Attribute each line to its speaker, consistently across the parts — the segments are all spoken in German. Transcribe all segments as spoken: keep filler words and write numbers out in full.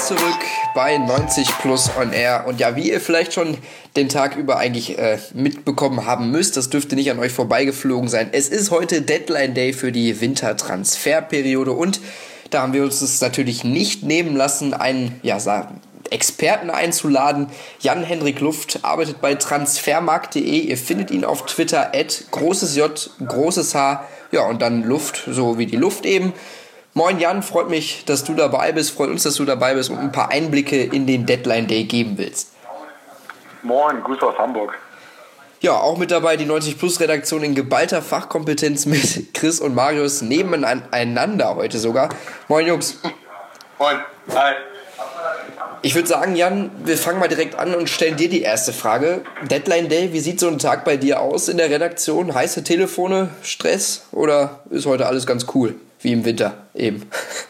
Speaker 1: zurück bei neunzig Plus on Air. Und ja, wie ihr vielleicht schon den Tag über eigentlich äh, mitbekommen haben müsst, das dürfte nicht an euch vorbeigeflogen sein. Es ist heute Deadline Day für die Wintertransferperiode und da haben wir uns es natürlich nicht nehmen lassen, einen ja, Experten einzuladen. Jan-Henrik Luft arbeitet bei transfermarkt punkt de. Ihr findet ihn auf Twitter at großes J, großes H, ja und dann Luft, so wie die Luft eben. Moin Jan, freut mich, dass du dabei bist, freut uns, dass du dabei bist und ein paar Einblicke in den Deadline Day geben willst.
Speaker 2: Moin, Grüße aus Hamburg.
Speaker 1: Ja, auch mit dabei die neunzig Plus Redaktion in geballter Fachkompetenz mit Chris und Marius nebeneinander heute sogar. Moin Jungs.
Speaker 3: Moin. Hi.
Speaker 1: Ich würde sagen, Jan, wir fangen mal direkt an und stellen dir die erste Frage. Deadline Day, wie sieht so ein Tag bei dir aus in der Redaktion? Heiße Telefone, Stress oder ist heute alles ganz cool? Wie im Winter eben.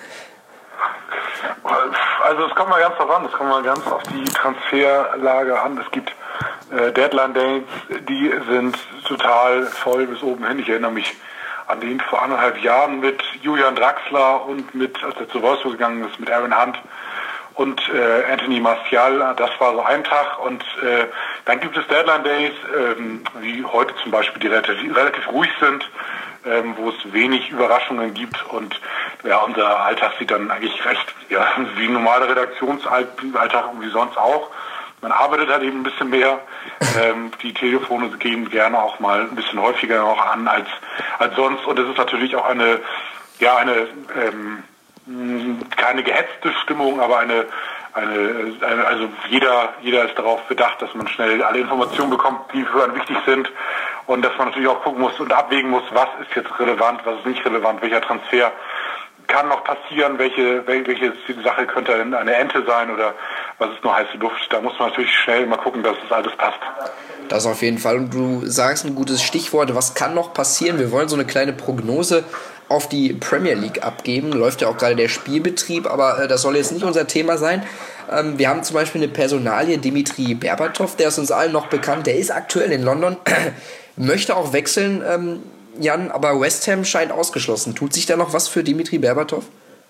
Speaker 2: Also es kommt mal ganz drauf an, es kommt mal ganz auf die Transferlage an. Es gibt äh, Deadline Days, die sind total voll bis oben hin. Ich erinnere mich an den vor anderthalb Jahren mit Julian Draxler und mit, als er zu Wolfsburg gegangen ist, mit Aaron Hunt und äh, Anthony Martial. Das war so ein Tag. Und äh, dann gibt es Deadline Days, ähm, wie heute zum Beispiel, die relativ, relativ ruhig sind, Ähm, wo es wenig Überraschungen gibt und ja, unser Alltag sieht dann eigentlich recht ja, wie ein normaler Redaktionsalltag wie sonst auch. Man arbeitet halt eben ein bisschen mehr. Ähm, die Telefone gehen gerne auch mal ein bisschen häufiger noch an als als sonst und es ist natürlich auch eine ja eine ähm, keine gehetzte Stimmung, aber eine eine, eine also jeder jeder ist darauf bedacht, dass man schnell alle Informationen bekommt, die für einen wichtig sind. Und dass man natürlich auch gucken muss und abwägen muss, was ist jetzt relevant, was ist nicht relevant, welcher Transfer kann noch passieren, welche, welche Sache könnte eine Ente sein oder was ist nur heiße Luft. Da muss man natürlich schnell mal gucken, dass das alles passt.
Speaker 1: Das auf jeden Fall. Und du sagst ein gutes Stichwort, was kann noch passieren? Wir wollen so eine kleine Prognose auf die Premier League abgeben. Läuft ja auch gerade der Spielbetrieb, aber äh, das soll jetzt nicht unser Thema sein. Ähm, wir haben zum Beispiel eine Personalie, Dimitri Berbatov, der ist uns allen noch bekannt, der ist aktuell in London, möchte auch wechseln, ähm, Jan, aber West Ham scheint ausgeschlossen. Tut sich da noch was für Dimitri Berbatov?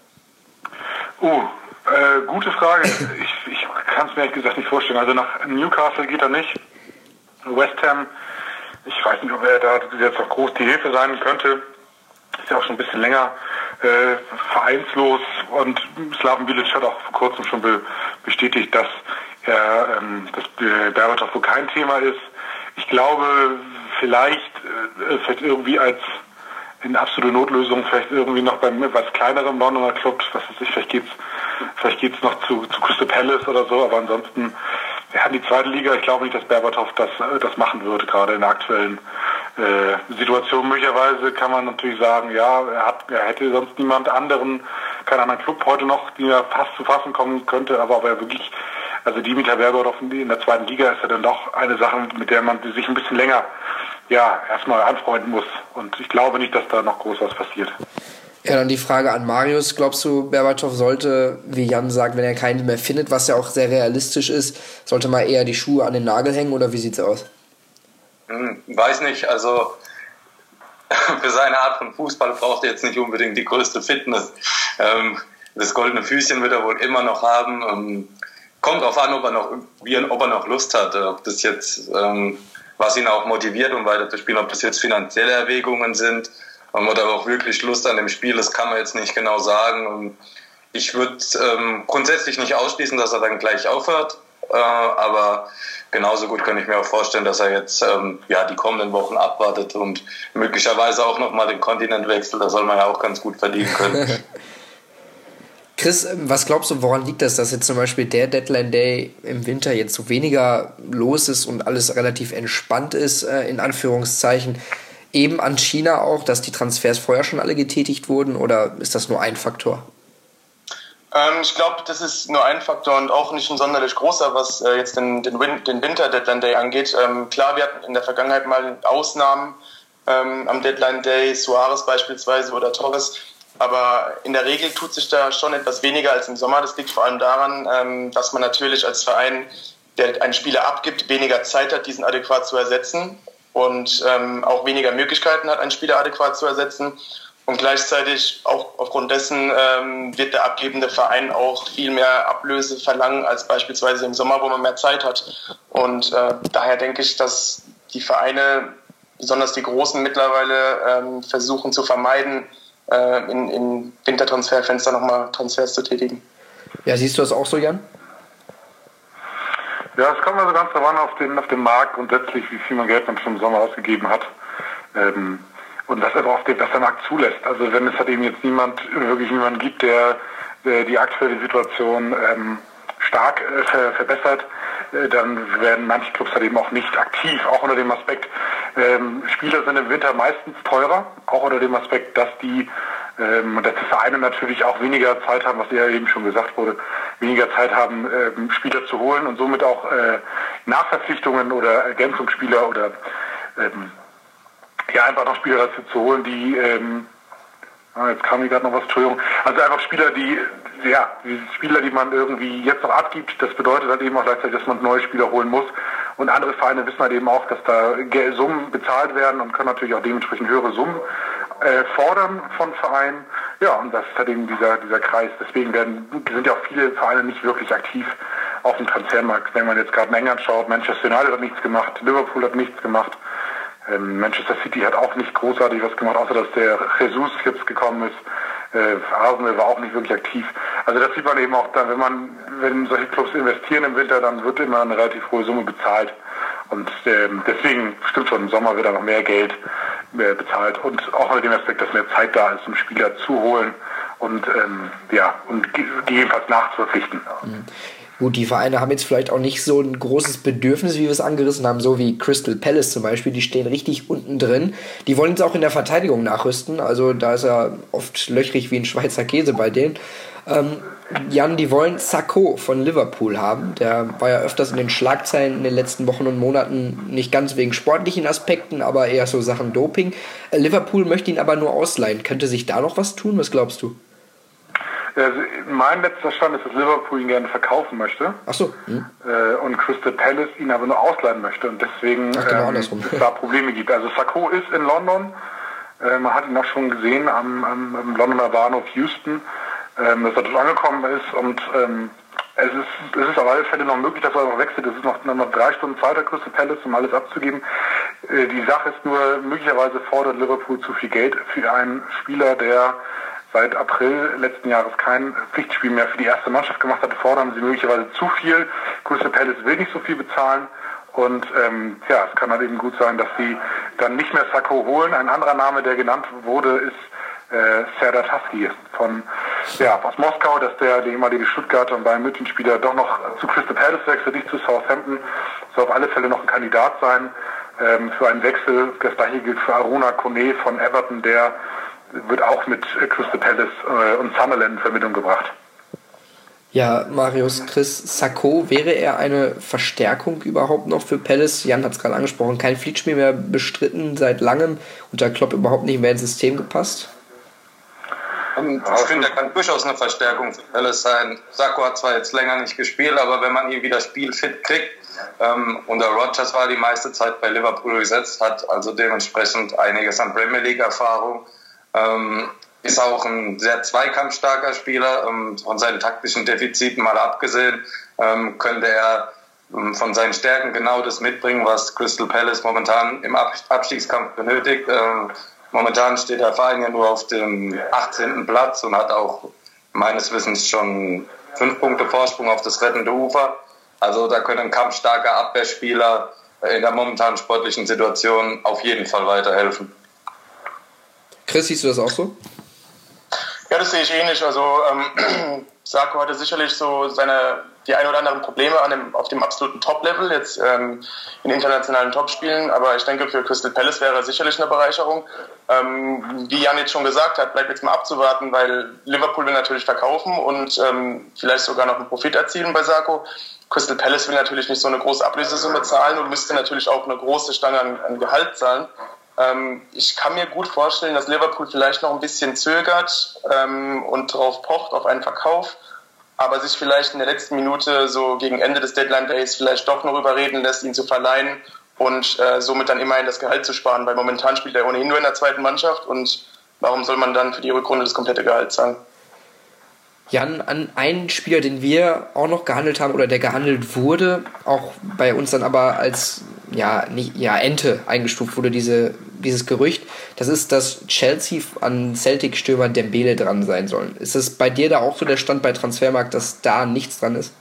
Speaker 2: Oh, äh, gute Frage. ich ich kann es mir ehrlich gesagt nicht vorstellen. Also nach Newcastle geht er nicht. West Ham, ich weiß nicht, ob er da jetzt noch groß die Hilfe sein könnte. Ist ja auch schon ein bisschen länger äh, vereinslos und Slaven Bilic hat auch vor kurzem schon be- bestätigt, dass er ähm, dass Berbatov wohl kein Thema ist. Ich glaube, vielleicht, äh, vielleicht irgendwie als in absolute Notlösung, vielleicht irgendwie noch beim etwas kleineren Londoner Club, was weiß ich, vielleicht geht's, vielleicht geht's noch zu, zu Crystal Palace oder so, aber ansonsten, ja, die zweite Liga, ich glaube nicht, dass Berbatov das, das machen würde, gerade in der aktuellen äh, Situation. Möglicherweise kann man natürlich sagen, ja, er hat, er hätte sonst niemand anderen, keinen anderen Club heute noch, die er fast zu fassen kommen könnte, aber ob er wirklich, also Dimitri Berbatov in der zweiten Liga ist ja dann doch eine Sache, mit der man sich ein bisschen länger, ja, erstmal anfreunden muss. Und ich glaube nicht, dass da noch groß was passiert.
Speaker 1: Ja, dann die Frage an Marius. Glaubst du, Berbatov sollte, wie Jan sagt, wenn er keinen mehr findet, was ja auch sehr realistisch ist, sollte mal eher die Schuhe an den Nagel hängen oder wie sieht's aus?
Speaker 3: Hm, weiß nicht, also für seine Art von Fußball braucht er jetzt nicht unbedingt die größte Fitness. Ähm, das goldene Füßchen wird er wohl immer noch haben. Ähm, kommt darauf an, ob er noch, wie, ob er noch Lust hat, ob das jetzt, ähm, was ihn auch motiviert, um weiter zu spielen, ob das jetzt finanzielle Erwägungen sind, um, oder auch wirklich Lust an dem Spiel, das kann man jetzt nicht genau sagen. Und ich würde ähm, grundsätzlich nicht ausschließen, dass er dann gleich aufhört, äh, aber genauso gut kann ich mir auch vorstellen, dass er jetzt ähm, ja, die kommenden Wochen abwartet und möglicherweise auch nochmal den Kontinent wechselt, da soll man ja auch ganz gut verdienen können.
Speaker 1: Chris, was glaubst du, woran liegt das, dass jetzt zum Beispiel der Deadline Day im Winter jetzt so weniger los ist und alles relativ entspannt ist, äh, in Anführungszeichen? Eben an China auch, dass die Transfers vorher schon alle getätigt wurden, oder ist das nur ein Faktor?
Speaker 4: Ähm, ich glaube, das ist nur ein Faktor und auch nicht ein sonderlich großer, was äh, jetzt den, den, Win- den Winter-Deadline Day angeht. Ähm, klar, wir hatten in der Vergangenheit mal Ausnahmen ähm, am Deadline Day, Suarez beispielsweise oder Torres. Aber in der Regel tut sich da schon etwas weniger als im Sommer. Das liegt vor allem daran, ähm, dass man natürlich als Verein, der einen Spieler abgibt, weniger Zeit hat, diesen adäquat zu ersetzen und ähm, auch weniger Möglichkeiten hat, einen Spieler adäquat zu ersetzen. Und gleichzeitig auch aufgrund dessen ähm, wird der abgebende Verein auch viel mehr Ablöse verlangen als beispielsweise im Sommer, wo man mehr Zeit hat. Und äh, daher denke ich, dass die Vereine, besonders die Großen mittlerweile, ähm, versuchen zu vermeiden, äh, in, in Wintertransferfenster nochmal Transfers zu tätigen.
Speaker 1: Ja, siehst du das auch so, Jan?
Speaker 2: Ja, es kommt also ganz darauf an, auf den, auf den Markt grundsätzlich, wie viel man Geld man schon im Sommer ausgegeben hat. Ähm, und was aber auf den, was der Markt zulässt. Also wenn es halt eben jetzt niemand, wirklich niemanden gibt, der, der die aktuelle Situation ähm, stark äh, ver, verbessert, äh, dann werden manche Clubs halt eben auch nicht aktiv, auch unter dem Aspekt, ähm, Spieler sind im Winter meistens teurer, auch unter dem Aspekt, dass die ähm, dass die Vereine natürlich auch weniger Zeit haben, was ja eben schon gesagt wurde, weniger Zeit haben, ähm, Spieler zu holen und somit auch äh, Nachverpflichtungen oder Ergänzungsspieler oder ähm, ja, einfach noch Spieler dazu zu holen, die, ähm, ah, jetzt kam mir gerade noch was, Entschuldigung, also einfach Spieler, die, ja, die Spieler, die man irgendwie jetzt noch abgibt, das bedeutet halt eben auch gleichzeitig, dass man neue Spieler holen muss. Und andere Vereine wissen halt eben auch, dass da Summen bezahlt werden und können natürlich auch dementsprechend höhere Summen äh, fordern von Vereinen. Ja, und das ist halt eben dieser, dieser Kreis. Deswegen werden, sind ja auch viele Vereine nicht wirklich aktiv auf dem Transfermarkt. Wenn man jetzt gerade in England schaut, Manchester United hat nichts gemacht, Liverpool hat nichts gemacht. Ähm, Manchester City hat auch nicht großartig was gemacht, außer dass der Jesus jetzt gekommen ist. Äh, Arsenal war auch nicht wirklich aktiv. Also das sieht man eben auch dann, wenn man, wenn solche Clubs investieren im Winter, dann wird immer eine relativ hohe Summe bezahlt. Und ähm, deswegen stimmt schon, im Sommer wird da noch mehr Geld äh, bezahlt. Und auch mit dem Aspekt, dass mehr Zeit da ist, um Spieler zu holen und ähm, ja und gegebenenfalls nachzuverpflichten.
Speaker 1: Mhm. Gut, die Vereine haben jetzt vielleicht auch nicht so ein großes Bedürfnis, wie wir es angerissen haben, so wie Crystal Palace zum Beispiel, die stehen richtig unten drin. Die wollen jetzt auch in der Verteidigung nachrüsten, also da ist er oft löchrig wie ein Schweizer Käse bei denen. Ähm, Jan, die wollen Sakho von Liverpool haben, der war ja öfters in den Schlagzeilen in den letzten Wochen und Monaten, nicht ganz wegen sportlichen Aspekten, aber eher so Sachen Doping. Äh, Liverpool möchte ihn aber nur ausleihen, könnte sich da noch was tun, was glaubst du?
Speaker 2: Also mein letzter Stand ist, dass Liverpool ihn gerne verkaufen möchte.
Speaker 1: Ach so. Hm.
Speaker 2: Äh, und Crystal Palace ihn aber nur ausleihen möchte und deswegen
Speaker 1: Ach, genau,
Speaker 2: ähm, es da Probleme gibt. Also Sakho ist in London, äh, man hat ihn auch schon gesehen am, am, am Londoner Bahnhof Euston, ähm, dass er dort angekommen ist und ähm, es ist, es ist auf alle Fälle noch möglich, dass er noch wechselt. Es ist noch, noch drei Stunden Zeit der Crystal Palace, um alles abzugeben. Äh, die Sache ist nur, möglicherweise fordert Liverpool zu viel Geld für einen Spieler, der seit April letzten Jahres kein Pflichtspiel mehr für die erste Mannschaft gemacht hatte, fordern sie möglicherweise zu viel. Crystal Palace will nicht so viel bezahlen und ähm, ja, es kann halt eben gut sein, dass sie dann nicht mehr Sakho holen. Ein anderer Name, der genannt wurde, ist äh, Serdar Taski von ja, aus Moskau, dass der, der ehemalige Stuttgarter und Bayern München Spieler doch noch zu Crystal Palace wechselt, nicht zu Southampton, soll auf alle Fälle noch ein Kandidat sein ähm, für einen Wechsel. Das gleiche gilt für Aruna Kone von Everton, der wird auch mit Crystal Palace äh, und Sunderland in Verbindung gebracht.
Speaker 1: Ja, Marius, Chris, Sakho, wäre er eine Verstärkung überhaupt noch für Palace? Jan hat es gerade angesprochen, kein Pflichtspiel mehr bestritten seit langem, unter Klopp überhaupt nicht mehr ins System gepasst.
Speaker 3: Ich finde, er kann durchaus eine Verstärkung für Palace sein. Sakho hat zwar jetzt länger nicht gespielt, aber wenn man ihn wieder spielfit kriegt, ähm, unter Rodgers war die meiste Zeit bei Liverpool gesetzt, hat also dementsprechend einiges an Premier League Erfahrung. Ähm, ist auch ein sehr zweikampfstarker Spieler, ähm, von seinen taktischen Defiziten mal abgesehen, ähm, könnte er ähm, von seinen Stärken genau das mitbringen, was Crystal Palace momentan im Ab- Abstiegskampf benötigt. Ähm, momentan steht der Verein ja nur auf dem achtzehnten Platz und hat auch meines Wissens schon fünf Punkte Vorsprung auf das rettende Ufer. Also da können kampfstarke Abwehrspieler in der momentanen sportlichen Situation auf jeden Fall weiterhelfen.
Speaker 1: Chris, siehst du das auch so?
Speaker 4: Ja, das sehe ich ähnlich. Also ähm, Sakho hatte sicherlich so seine die ein oder anderen Probleme an dem, auf dem absoluten Top-Level, jetzt ähm, in internationalen Topspielen, aber ich denke, für Crystal Palace wäre er sicherlich eine Bereicherung. Ähm, wie Jan jetzt schon gesagt hat, bleibt jetzt mal abzuwarten, weil Liverpool will natürlich verkaufen und ähm, vielleicht sogar noch einen Profit erzielen bei Sakho. Crystal Palace will natürlich nicht so eine große Ablösesumme zahlen und müsste natürlich auch eine große Stange an, an Gehalt zahlen. Ähm, ich kann mir gut vorstellen, dass Liverpool vielleicht noch ein bisschen zögert ähm, und darauf pocht, auf einen Verkauf, aber sich vielleicht in der letzten Minute so gegen Ende des Deadline Days vielleicht doch noch überreden lässt, ihn zu verleihen und äh, somit dann immerhin das Gehalt zu sparen, weil momentan spielt er ohnehin nur in der zweiten Mannschaft und warum soll man dann für die Rückrunde das komplette Gehalt zahlen?
Speaker 1: Jan, an einen Spieler, den wir auch noch gehandelt haben oder der gehandelt wurde, auch bei uns dann aber als ja, nicht, ja, Ente eingestuft wurde, diese, dieses Gerücht, das ist, dass Chelsea an Celtic-Stürmer Dembele dran sein sollen. Ist es bei dir da auch so der Stand bei Transfermarkt, dass da nichts dran ist?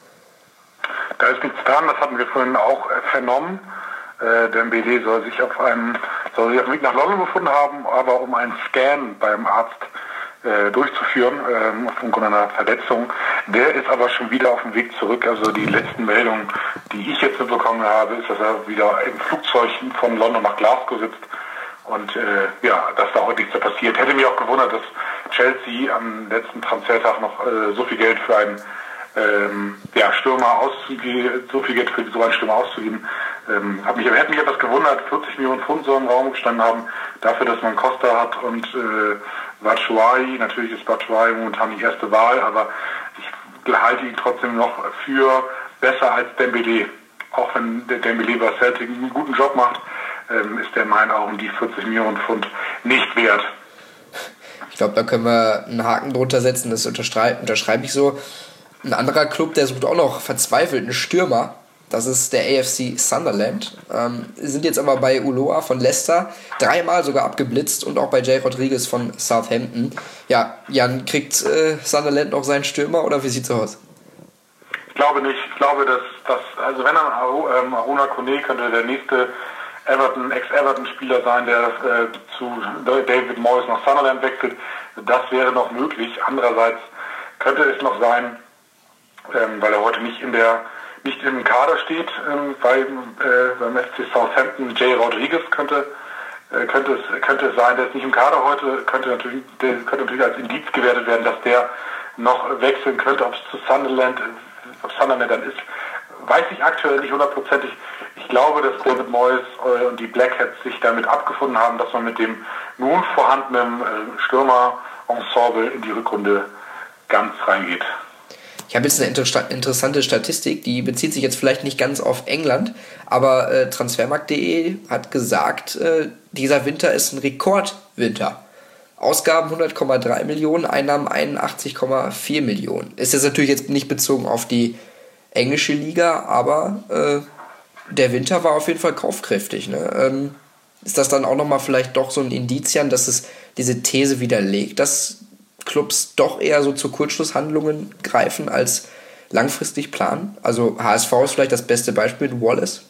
Speaker 2: Da ist nichts dran, das hatten wir vorhin auch äh, vernommen. Äh, Dembele soll sich auf einem, soll sich auf dem Weg nach London befunden haben, aber um einen Scan beim Arzt äh, durchzuführen, äh, aufgrund einer Verletzung. Der ist aber schon wieder auf dem Weg zurück. Also die letzten Meldungen, die ich jetzt mitbekommen habe, ist, dass er wieder im Flugzeug von London nach Glasgow sitzt. Und äh, ja, dass da heute nichts passiert. Hätte mich auch gewundert, dass Chelsea am letzten Transfertag noch äh, so viel Geld für einen ähm, ja, Stürmer auszugeben, so viel Geld für so einen Stürmer auszugeben. Ähm, hat mich, hätte mich etwas gewundert, vierzig Millionen Pfund so im Raum gestanden haben, dafür, dass man Costa hat und äh, Batshuayi. Natürlich ist Batshuayi momentan die erste Wahl, aber ich halte ihn trotzdem noch für besser als Dembele. Auch wenn der Dembele bei Celtic einen guten Job macht, ähm, ist der in meinen Augen die vierzig Millionen Pfund nicht wert.
Speaker 1: Ich glaube, da können wir einen Haken drunter setzen, das unterschreibe, unterschreibe ich so. Ein anderer Club, der sucht auch noch verzweifelt einen Stürmer. Das ist der A F C Sunderland. Ähm, sind jetzt aber bei Ulloa von Leicester dreimal sogar abgeblitzt und auch bei Jay Rodriguez von Southampton. Ja, Jan, kriegt äh, Sunderland noch seinen Stürmer oder wie sieht's aus?
Speaker 2: Ich glaube nicht. Ich glaube, dass, dass also wenn dann ähm, Aruna Kone könnte der nächste Everton, Ex-Everton-Spieler sein, der äh, zu David Moyes nach Sunderland wechselt. Das wäre noch möglich. Andererseits könnte es noch sein, ähm, weil er heute nicht in der nicht im Kader steht, ähm, bei, äh, beim F C Southampton, Jay Rodriguez könnte äh, könnte es könnte es sein, der ist nicht im Kader heute, könnte natürlich der könnte natürlich als Indiz gewertet werden, dass der noch wechseln könnte, ob es zu Sunderland, ob Sunderland dann ist, weiß ich aktuell nicht hundertprozentig. Ich glaube, dass David Moyes äh, und die Blackheads sich damit abgefunden haben, dass man mit dem nun vorhandenen äh, Stürmer-Ensemble in die Rückrunde ganz reingeht.
Speaker 1: Ich habe jetzt eine inter- interessante Statistik, die bezieht sich jetzt vielleicht nicht ganz auf England, aber äh, Transfermarkt punkt de hat gesagt, äh, dieser Winter ist ein Rekordwinter. Ausgaben hundert Komma drei Millionen, Einnahmen einundachtzig Komma vier Millionen. Ist jetzt natürlich jetzt nicht bezogen auf die englische Liga, aber äh, der Winter war auf jeden Fall kaufkräftig. Ne? Ähm, ist das dann auch nochmal vielleicht doch so ein Indizian, dass es diese These widerlegt, dass Clubs doch eher so zu Kurzschlusshandlungen greifen als langfristig planen? Also H S V ist vielleicht das beste Beispiel mit Wallace.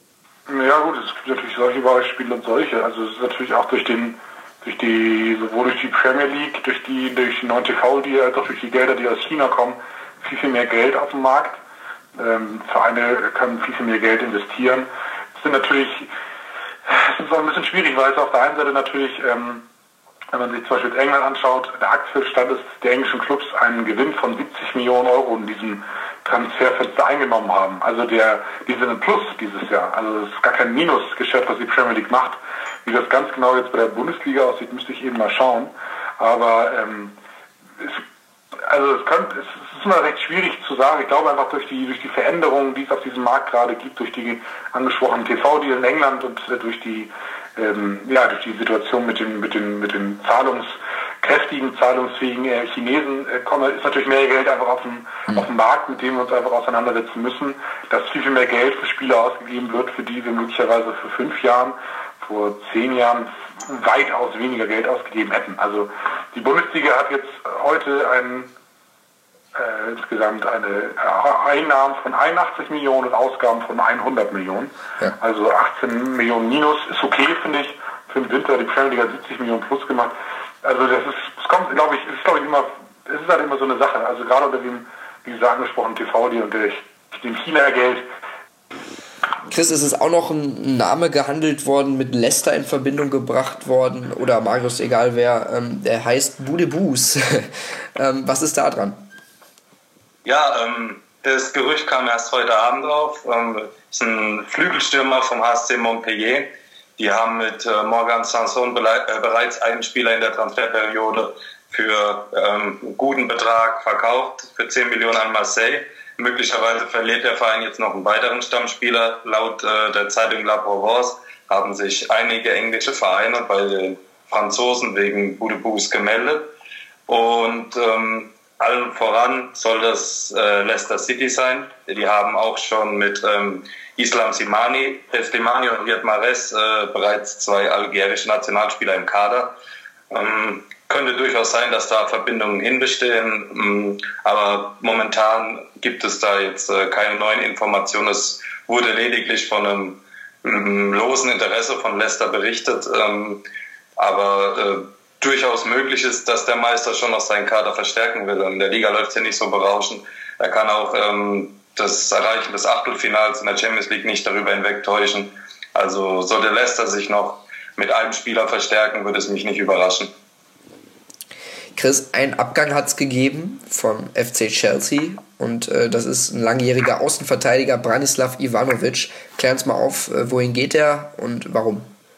Speaker 2: Ja gut, es gibt natürlich solche Beispiele und solche. Also es ist natürlich auch durch den, durch die, sowohl durch die Premier League, durch die, durch die neuen T V-Deal, als auch durch die Gelder, die aus China kommen, viel, viel mehr Geld auf dem Markt. Ähm, Vereine können viel, viel mehr Geld investieren. Es sind natürlich, es ist auch ein bisschen schwierig, weil es auf der einen Seite natürlich, ähm, wenn man sich zum Beispiel England anschaut, der aktuelle Stand ist der englischen Clubs einen Gewinn von siebzig Millionen Euro in diesem Transferfenster eingenommen haben. Also der, die sind ein Plus dieses Jahr. Also es ist gar kein Minusgeschäft, was die Premier League macht. Wie das ganz genau jetzt bei der Bundesliga aussieht, müsste ich eben mal schauen. Aber ähm, es, also es, könnte, es ist immer recht schwierig zu sagen. Ich glaube einfach durch die, durch die Veränderungen, die es auf diesem Markt gerade gibt, durch die angesprochenen T V-Deal in England und äh, durch die Ähm, ja, durch die Situation mit den, mit den, mit den zahlungskräftigen, zahlungsfähigen äh, Chinesen äh, kommen, ist natürlich mehr Geld einfach auf dem, mhm. auf dem Markt, mit dem wir uns einfach auseinandersetzen müssen, dass viel, viel mehr Geld für Spieler ausgegeben wird, für die wir möglicherweise vor fünf Jahren, vor zehn Jahren weitaus weniger Geld ausgegeben hätten. Also die Bundesliga hat jetzt heute einen Äh, insgesamt eine äh, Einnahmen von einundachtzig Millionen und Ausgaben von hundert Millionen. Ja. Also achtzehn Millionen minus ist okay, finde ich. Für den Winter die Premier League hat siebzig Millionen plus gemacht. Also das ist, es kommt, glaube ich, es ist glaube ich immer, es ist halt immer so eine Sache. Also gerade unter dem, wie gesagt, angesprochenen T V-Deal und der, dem China-Geld.
Speaker 1: Chris, ist es auch noch ein Name gehandelt worden, mit Leicester in Verbindung gebracht worden, oder Marius, egal wer, ähm, der heißt Boudebouz. ähm, was ist da dran?
Speaker 3: Ja, ähm, das Gerücht kam erst heute Abend auf. Ähm, ist ein Flügelstürmer vom H S C Montpellier. Die haben mit äh, Morgan Sanson bele- äh, bereits einen Spieler in der Transferperiode für ähm, einen guten Betrag verkauft, für zehn Millionen an Marseille. Möglicherweise verliert der Verein jetzt noch einen weiteren Stammspieler. Laut äh, der Zeitung La Provence haben sich einige englische Vereine bei den Franzosen wegen Boudebouz gemeldet. Und ähm, allen voran soll das äh, Leicester City sein. Die haben auch schon mit ähm, Islam Slimani, Slimani und Riyad Mahrez äh, bereits zwei algerische Nationalspieler im Kader. Ähm, könnte durchaus sein, dass da Verbindungen hinbestehen, ähm, aber momentan gibt es da jetzt äh, keine neuen Informationen. Es wurde lediglich von einem ähm, losen Interesse von Leicester berichtet, ähm, aber äh, durchaus möglich ist, dass der Meister schon noch seinen Kader verstärken will. In der Liga läuft es ja nicht so berauschend. Er kann auch ähm, das Erreichen des Achtelfinals in der Champions League nicht darüber hinwegtäuschen. Also sollte Leicester sich noch mit einem Spieler verstärken, würde es mich nicht überraschen.
Speaker 1: Chris, einen Abgang hat es gegeben vom F C Chelsea und äh, das ist ein langjähriger Außenverteidiger, Branislav Ivanovic. Klär uns mal auf, äh, wohin geht er und warum?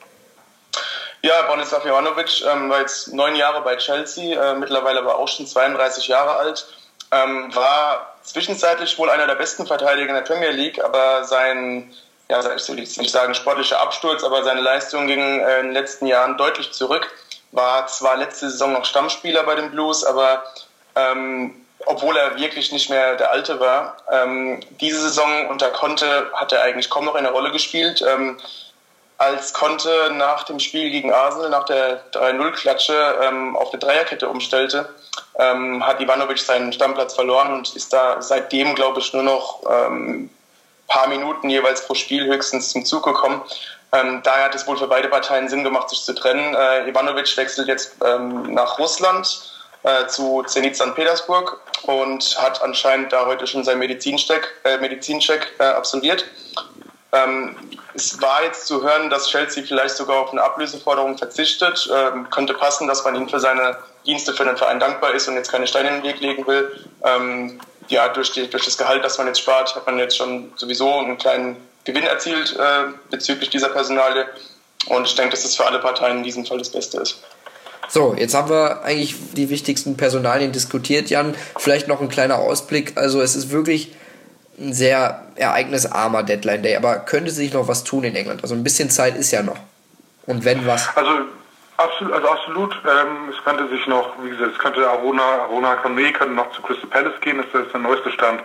Speaker 4: Ja, Branislav Ivanovic ähm, war jetzt neun Jahre bei Chelsea, äh, mittlerweile aber auch schon zweiunddreißig Jahre alt, ähm, war zwischenzeitlich wohl einer der besten Verteidiger in der Premier League, aber sein, ja, ich will nicht sagen sportlicher Absturz, aber seine Leistung ging äh, in den letzten Jahren deutlich zurück, war zwar letzte Saison noch Stammspieler bei den Blues, aber ähm, obwohl er wirklich nicht mehr der Alte war, ähm, diese Saison unter Conte hat er eigentlich kaum noch eine Rolle gespielt. Ähm, Als Conte nach dem Spiel gegen Arsenal, nach der drei null Klatsche, ähm, auf eine Dreierkette umstellte, ähm, hat Ivanovic seinen Stammplatz verloren und ist da seitdem, glaube ich, nur noch ähm, paar Minuten jeweils pro Spiel höchstens zum Zug gekommen. Ähm, daher hat es wohl für beide Parteien Sinn gemacht, sich zu trennen. Äh, Ivanovic wechselt jetzt ähm, nach Russland äh, zu Zenit Sankt Petersburg und hat anscheinend da heute schon seinen Medizincheck, äh, Medizincheck äh, absolviert. Ähm, es war jetzt zu hören, dass Chelsea vielleicht sogar auf eine Ablöseforderung verzichtet. Ähm, könnte passen, dass man ihm für seine Dienste für den Verein dankbar ist und jetzt keine Steine in den Weg legen will. Ähm, ja, durch, die, durch das Gehalt, das man jetzt spart, hat man jetzt schon sowieso einen kleinen Gewinn erzielt äh, bezüglich dieser Personalie. Und ich denke, dass das für alle Parteien in diesem Fall das Beste ist.
Speaker 1: So, jetzt haben wir eigentlich die wichtigsten Personalien diskutiert, Jan. Vielleicht noch ein kleiner Ausblick. Also es ist wirklich ein sehr ereignisarmer Deadline Day, aber könnte sich noch was tun in England? Also ein bisschen Zeit ist ja noch. Und wenn was?
Speaker 2: Also absolut, also absolut. Ähm, es könnte sich noch, wie gesagt, es könnte Arona, Arona Kone könnte noch zu Crystal Palace gehen, das ist der neueste Stand.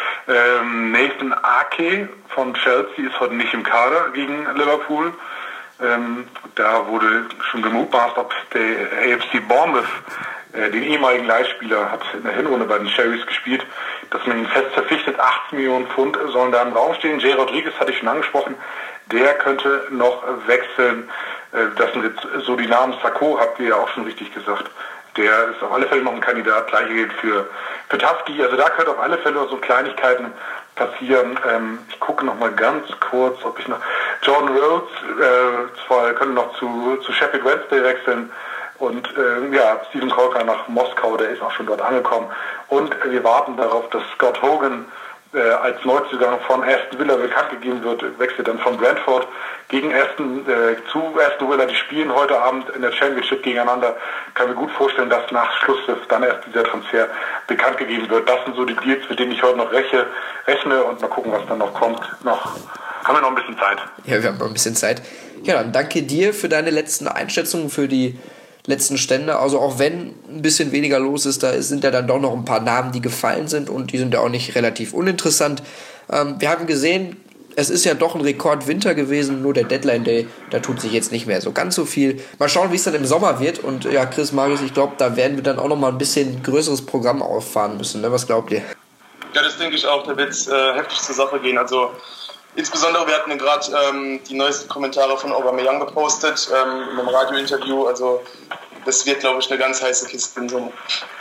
Speaker 2: Ähm, Nathan Ake von Chelsea ist heute nicht im Kader gegen Liverpool. Ähm, da wurde schon gemutmaßt, ob der A F C Bournemouth, äh, den ehemaligen Leihspieler, hat in der Hinrunde bei den Cherries gespielt, dass man ihn fest verpflichtet, achtzehn Millionen Pfund sollen da im Raum stehen. Jay Rodriguez hatte ich schon angesprochen, der könnte noch wechseln. Äh, das sind jetzt so die Namen. Sakho habt ihr ja auch schon richtig gesagt. Der ist auf alle Fälle noch ein Kandidat, gleiche gilt für, für Taski. Also da könnte auf alle Fälle so Kleinigkeiten passieren. Ähm, ich gucke noch mal ganz kurz, ob ich noch... Jordan Rhodes äh, zwar könnte noch zu, zu Sheffield Wednesday wechseln und äh, ja, Steven Crocker nach Moskau, der ist auch schon dort angekommen. Und äh, wir warten darauf, dass Scott Hogan äh, als Neuzugang von Aston Villa bekannt gegeben wird, wechselt dann von Brentford gegen Aston, äh, zu Aston Villa. Die spielen heute Abend in der Championship gegeneinander. Kann mir gut vorstellen, dass nach Schlusspfiff dann erst dieser Transfer bekannt gegeben wird. Das sind so die Deals, mit denen ich heute noch rechne, rechne und mal gucken, was dann noch kommt. Noch haben wir noch ein bisschen Zeit.
Speaker 1: Ja, wir haben noch ein bisschen Zeit. Ja, dann danke dir für deine letzten Einschätzungen, für die letzten Stände. Also auch wenn ein bisschen weniger los ist, da sind ja dann doch noch ein paar Namen, die gefallen sind und die sind ja auch nicht relativ uninteressant. Ähm, wir haben gesehen, es ist ja doch ein Rekordwinter gewesen, nur der Deadline Day, da tut sich jetzt nicht mehr so ganz so viel. Mal schauen, wie es dann im Sommer wird und ja, Chris, Marius, ich glaube, da werden wir dann auch noch mal ein bisschen größeres Programm auffahren müssen, ne? Was glaubt ihr?
Speaker 4: Ja, das denke ich auch, da wird es äh, heftig zur Sache gehen, also insbesondere, wir hatten ja gerade ähm, die neuesten Kommentare von Aubameyang gepostet, ähm, in einem Radiointerview. Also das wird, glaube ich, eine ganz heiße Kiste im Sommer.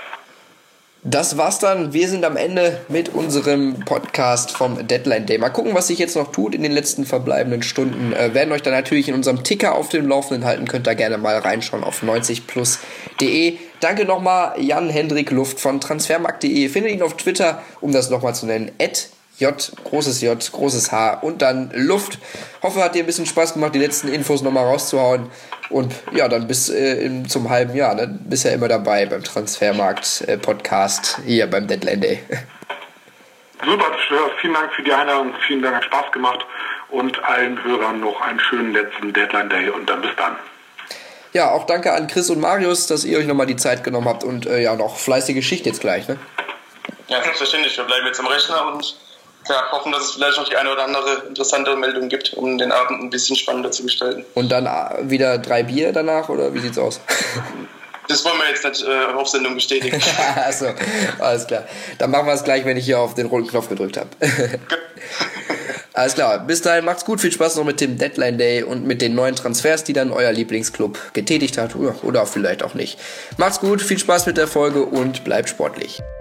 Speaker 1: Das war's dann. Wir sind am Ende mit unserem Podcast vom Deadline Day. Mal gucken, was sich jetzt noch tut in den letzten verbleibenden Stunden. Äh, werden euch dann natürlich in unserem Ticker auf dem Laufenden halten. Könnt ihr gerne mal reinschauen auf neunzig plus punkt de. Danke nochmal Jan-Hendrik Luft von transfermarkt punkt de. Findet ihn auf Twitter, um das nochmal zu nennen, at J, großes J, großes H und dann Luft. Hoffe, hat dir ein bisschen Spaß gemacht, die letzten Infos nochmal rauszuhauen. Und ja, dann bis äh, im, zum halben Jahr. Ne? Bist ja immer dabei beim Transfermarkt-Podcast äh, hier beim Deadline Day.
Speaker 2: Super, vielen Dank für die Einladung, vielen Dank, hat Spaß gemacht und allen Hörern noch einen schönen letzten Deadline Day und dann bis dann.
Speaker 1: Ja, auch danke an Chris und Marius, dass ihr euch nochmal die Zeit genommen habt und äh, ja, noch fleißige Schicht jetzt gleich, ne?
Speaker 4: Ja, selbstverständlich. Wir bleiben jetzt am Rechner und ja, hoffen, dass es vielleicht noch die eine oder andere interessante Meldung gibt, um den Abend ein bisschen spannender zu gestalten.
Speaker 1: Und dann äh, wieder drei Bier danach, oder wie sieht's aus?
Speaker 4: Das wollen wir jetzt nicht äh, auf Sendung bestätigen.
Speaker 1: Achso, alles klar. Dann machen wir es gleich, wenn ich hier auf den roten Knopf gedrückt habe. Alles klar, bis dahin macht's gut, viel Spaß noch mit dem Deadline Day und mit den neuen Transfers, die dann euer Lieblingsclub getätigt hat, oder vielleicht auch nicht. Macht's gut, viel Spaß mit der Folge und bleibt sportlich.